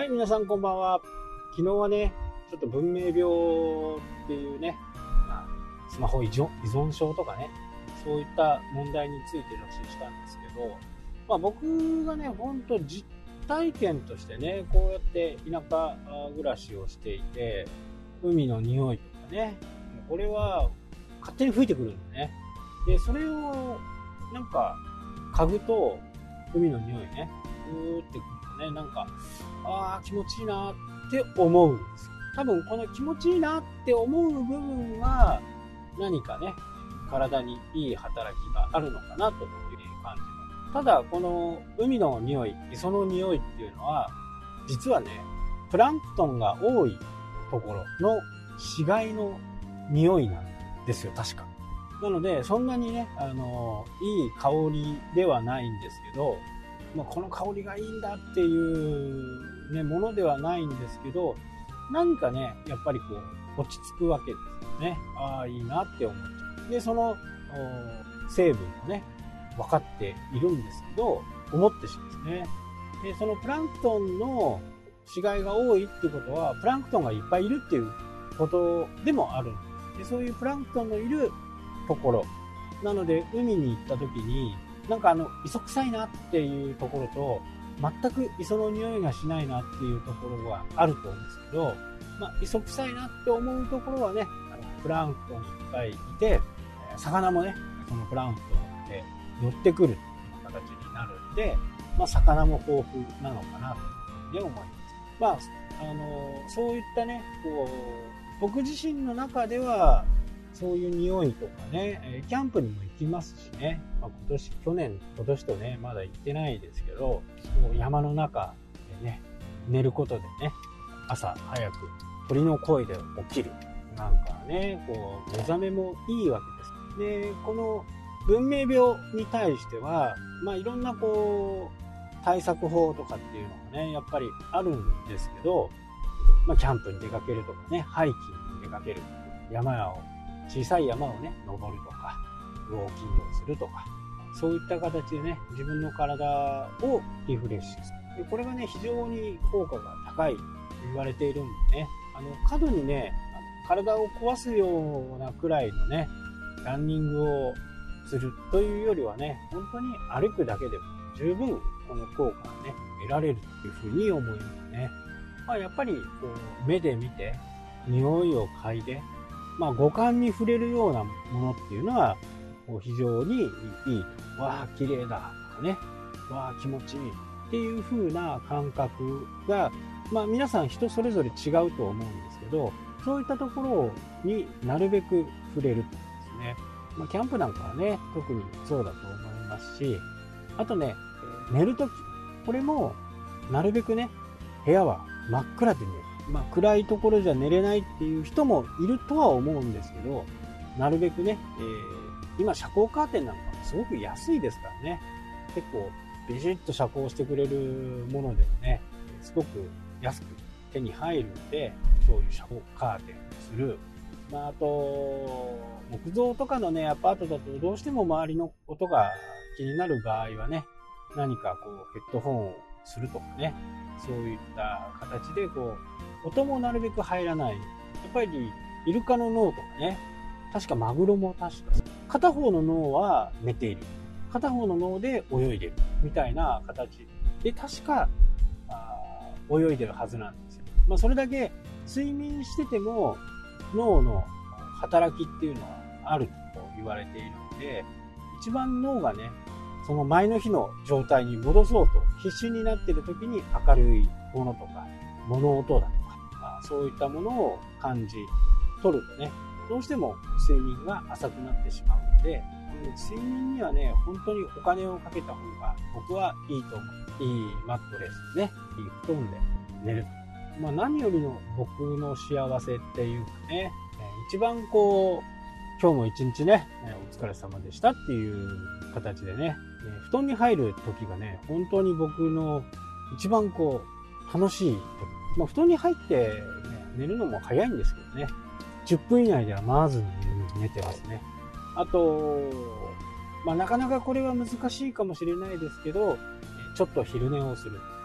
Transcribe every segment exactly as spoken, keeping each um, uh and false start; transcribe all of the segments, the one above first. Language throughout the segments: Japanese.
い、皆さんこんばんは。昨日はね、ちょっと文明病っていうね、まあ、スマホ依存、依存症とかね、そういった問題について特集したんですけど、まあ僕がね、ほんと実体験としてね、こうやって田舎暮らしをしていて、海の匂いとかね、これは勝手に吹いてくるんだね。で、それをなんか嗅ぐと、海の匂いね、うーってくるとね、なんか、あー気持ちいいなって思うんですよ。多分この気持ちいいなって思う部分は何かね、体にいい働きがあるのかなという感じます。ただこの海の匂い、磯の匂いっていうのは実はね、プランクトンが多いところの死骸の匂いなんですよ、確か。なのでそんなにね、あのいい香りではないんですけど、まあ、この香りがいいんだっていうねものではないんですけど、何かねやっぱりこう落ち着くわけですよね。ああいいなって思っちゃう。でその成分もね分かっているんですけど、思ってしまうんですね。でそのプランクトンの死骸が多いってことはプランクトンがいっぱいいるっていうことでもあるんです。でそういうプランクトンのいるところなので、海に行った時になんかあの磯臭いなっていうところと全く磯の匂いがしないなっていうところがあると思うんですけど、まあ、磯臭いなって思うところはね、あのプランクトンいっぱいいて、魚もねそのプランクトンで寄ってくるっていう形になるんで、まあ、魚も豊富なのかなと思います。まああのそういったねこう僕自身の中ではそういう匂いとかね、キャンプにも行きますしね、まあ、今年、去年、今年とね、まだ行ってないですけど、山の中でね、寝ることでね、朝早く鳥の声で起きる。なんかね、こう、目覚めもいいわけです。で、この文明病に対しては、まあいろんなこう、対策法とかっていうのがね、やっぱりあるんですけど、まあキャンプに出かけるとかね、ハイキングに出かける。山を小さい山をね登るとかウォーキングをするとか、そういった形でね自分の体をリフレッシュする。でこれがね非常に効果が高いと言われているんでね、あの過度にねあの体を壊すようなくらいのねランニングをするというよりはね、本当に歩くだけでも十分この効果がね得られるというふうに思いますね。まあ、やっぱりこう目で見て匂いを嗅いで、まあ、五感に触れるようなものっていうのは非常にいいと。わあ綺麗だとかね、わあ気持ちいいっていう風な感覚が、まあ、皆さん人それぞれ違うと思うんですけど、そういったところになるべく触れるとですね、まあ、キャンプなんかはね特にそうだと思いますし、あとね寝るとき、これもなるべくね部屋は真っ暗で寝る。まあ、暗いところじゃ寝れないっていう人もいるとは思うんですけど、なるべくね、えー、今遮光カーテンなんかもすごく安いですからね、結構ビシッと遮光してくれるものでもねすごく安く手に入るので、そういう遮光カーテンにする。まあ、あと木造とかのねアパートだとどうしても周りの音が気になる場合はね、何かこうヘッドホンをするとかね、そういった形でこう音もなるべく入らない。やっぱりイルカの脳とかね、確かマグロも確か片方の脳は寝ている、片方の脳で泳いでるみたいな形で確か泳いでるはずなんですよ。まあ、それだけ睡眠してても脳の働きっていうのはあると言われているので、一番脳がねその前の日の状態に戻そうと必死になっている時に明るいものとか物音だとか、そういったものを感じ取るとね、どうしても睡眠が浅くなってしまうので、睡眠にはね本当にお金をかけた方が僕はいいと思う。いいマットレスね、いい布団で寝る。まあ、何よりの僕の幸せっていうかね、一番こう今日も一日ねお疲れ様でしたっていう形でね、布団に入る時がね本当に僕の一番こう楽しい時。まあ、布団に入って、ね、寝るのも早いんですけどね、じゅっぷん以内ではまず寝てますね。あと、まあ、なかなかこれは難しいかもしれないですけど、ちょっと昼寝をする。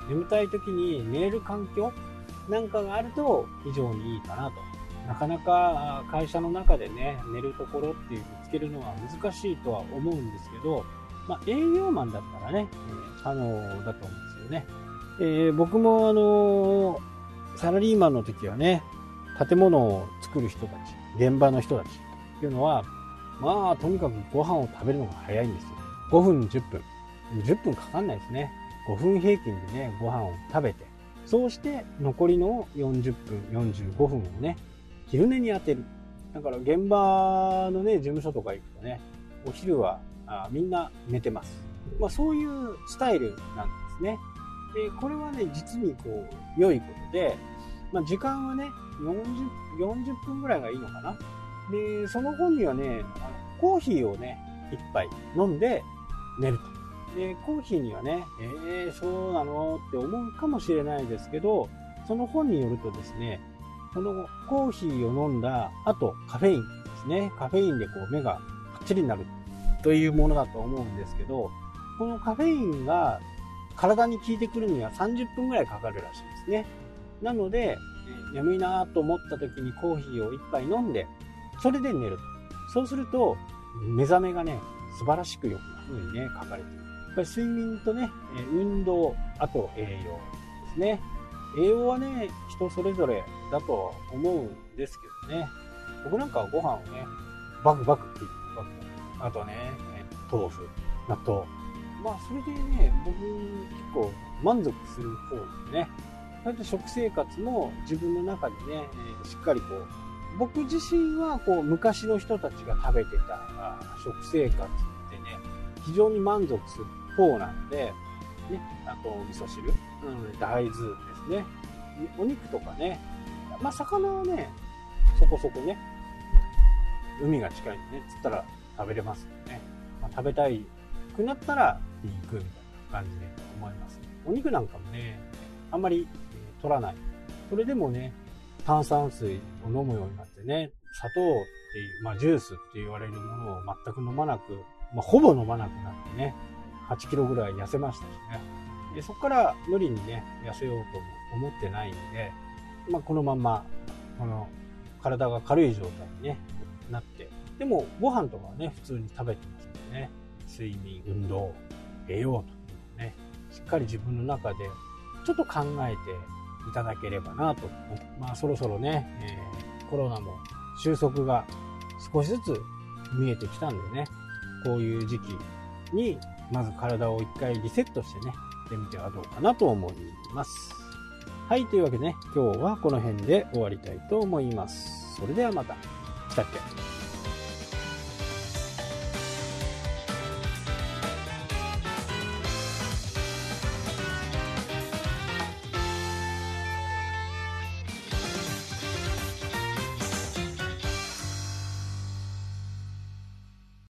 眠たい時に寝れる環境なんかがあると非常にいいかなと。なかなか会社の中でね、寝るところっていう見つけるのは難しいとは思うんですけど、まあ、営業マンだったらね、えー、可能だと思うんですよね。えー、僕もあのー、サラリーマンの時はね、建物を作る人たち、現場の人たちっていうのは、まあとにかくご飯を食べるのが早いんですよ。ごふん、じゅっぷん。じゅっぷんかかんないですね。ごふん平均でね、ご飯を食べて、そうして残りのよんじゅっぷん、よんじゅうごふんをね、昼寝に当てる。だから現場のね、事務所とか行くとね、お昼はあみんな寝てます。まあそういうスタイルなんですね。で、これはね、実にこう、良いことで、まあ時間はね、よんじゅう、よんじゅっぷんぐらいがいいのかな。で、その本にはね、あのコーヒーをね、一杯飲んで寝ると。で、コーヒーにはね、えー、そうなのって思うかもしれないですけど、その本によるとですね、そのコーヒーを飲んだ後、カフェインですね。カフェインでこう目がパッチリになるというものだと思うんですけど、このカフェインが体に効いてくるにはさんじゅっぷんぐらいかかるらしいですね。なので、眠いなと思った時にコーヒーを一杯飲んで、それで寝ると。そうすると、目覚めがね、素晴らしくよくなる風にね、書かれている。やっぱり睡眠とね、運動、あと栄養ですね。栄養はね、人それぞれだと思うんですけどね。僕なんかはご飯をね、バクバク食い、バクバク。あとね、豆腐、納豆。まあ、それでね、僕結構満足する方ですね。それで食生活も自分の中でね、しっかりこう、僕自身はこう昔の人たちが食べてた食生活ってね、非常に満足する方なので、ね、あと味噌汁、うん、大豆ですね。お肉とかね、まあ魚はね、そこそこね、海が近いんでね、つったら食べれますよね。まあ、食べたいくなったら肉みたいな感じで思います。お肉なんかもね、あんまり、えー、取らない。それでもね、炭酸水を飲むようになってね、砂糖っていう、まあジュースって言われるものを全く飲まなく、まあほぼ飲まなくなってね、はちキロぐらい痩せましたしね。でそこから無理にね、痩せようとも思ってないんで、まあこのまんま、この体が軽い状態に、ね、なって、でもご飯とかはね、普通に食べてますんでね、睡眠、運動、栄養というのをね、しっかり自分の中でちょっと考えていただければなと。まあそろそろね、えー、コロナも収束が少しずつ見えてきたんでね、こういう時期にまず体を一回リセットしてね、してみてはどうかなと思います。はい、というわけでね、今日はこの辺で終わりたいと思います。それではまた。したっけ